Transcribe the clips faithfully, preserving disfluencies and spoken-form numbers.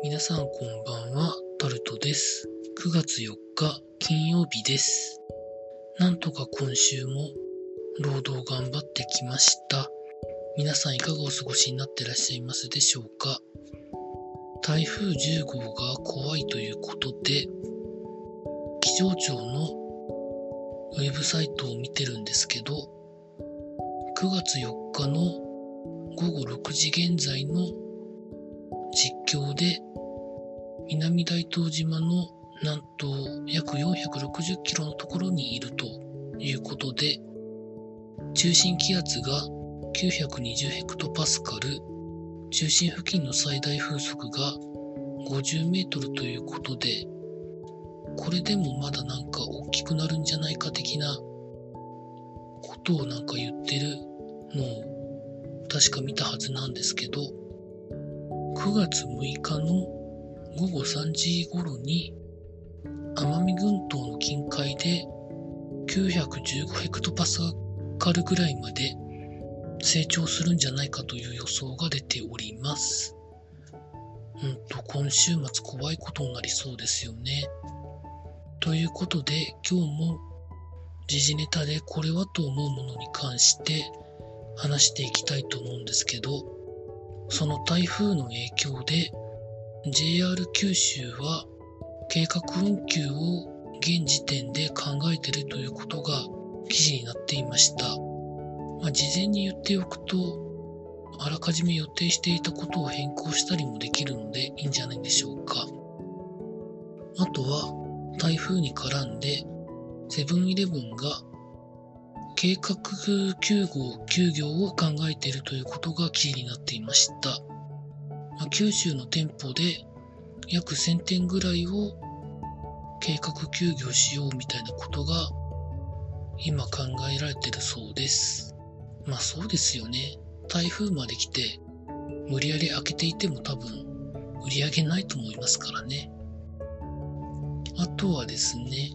皆さんこんばんは、タルトです。くがつよっか金曜日です。なんとか今週も労働頑張ってきました。皆さんいかがお過ごしになってらっしゃいますでしょうか。台風じゅうごうが怖いということで、気象庁のウェブサイトを見てるんですけど、くがつよっかのごごろくじ現在の実況で南大東島の南東約よんひゃくろくじゅっキロのところにいるということで、中心気圧がきゅうひゃくにじゅうヘクトパスカル、中心付近の最大風速がごじゅうメートルということで、これでもまだなんか大きくなるんじゃないか的なことをなんか言ってるのを確か見たはずなんですけど、くがつむいかのごごさんじ頃に奄美群島の近海できゅうひゃくじゅうごヘクトパスカルぐらいまで成長するんじゃないかという予想が出ております。うんと今週末怖いことになりそうですよね。ということで今日も時事ネタでこれはと思うものに関して話していきたいと思うんですけど、その台風の影響で ジェイアール 九州は計画運休を現時点で考えているということが記事になっていました。まあ、事前に言っておくと、あらかじめ予定していたことを変更したりもできるのでいいんじゃないでしょうか。あとは台風に絡んでセブンイレブンが計画休業、休業を考えているということが記事になっていました。まあ、九州の店舗で約せんてんぐらいを計画休業しようみたいなことが今考えられているそうです。まあそうですよね。台風まで来て無理やり開けていても多分売り上げないと思いますからね。あとはですね、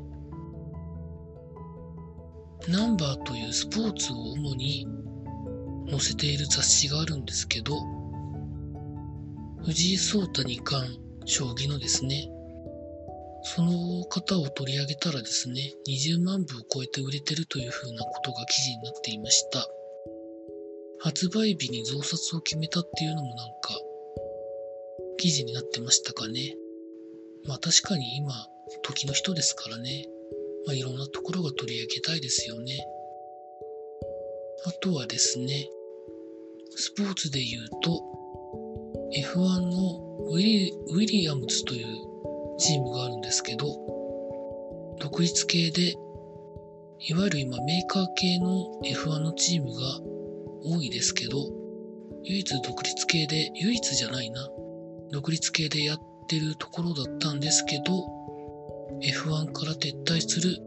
ナンバーというスポーツを主に載せている雑誌があるんですけど、藤井聡太二冠、将棋のですね、その方を取り上げたらですね、にじゅうまんぶを超えて売れてるというふうなことが記事になっていました。発売日に増刷を決めたっていうのもなんか記事になってましたかね。まあ確かに今時の人ですからね、まあいろんなところが取り上げたいですよね。あとはですね、スポーツで言うと エフワン のウィリ、ウィリアムズというチームがあるんですけど、独立系で、いわゆる今メーカー系の エフワン のチームが多いですけど、唯一独立系で、唯一じゃないな、独立系でやってるところだったんですけど、エフワン から撤退する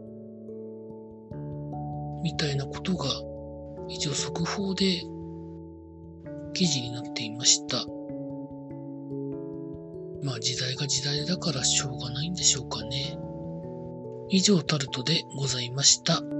みたいなことが一応速報で記事になっていました。まあ時代が時代だからしょうがないんでしょうかね。以上タルトでございました。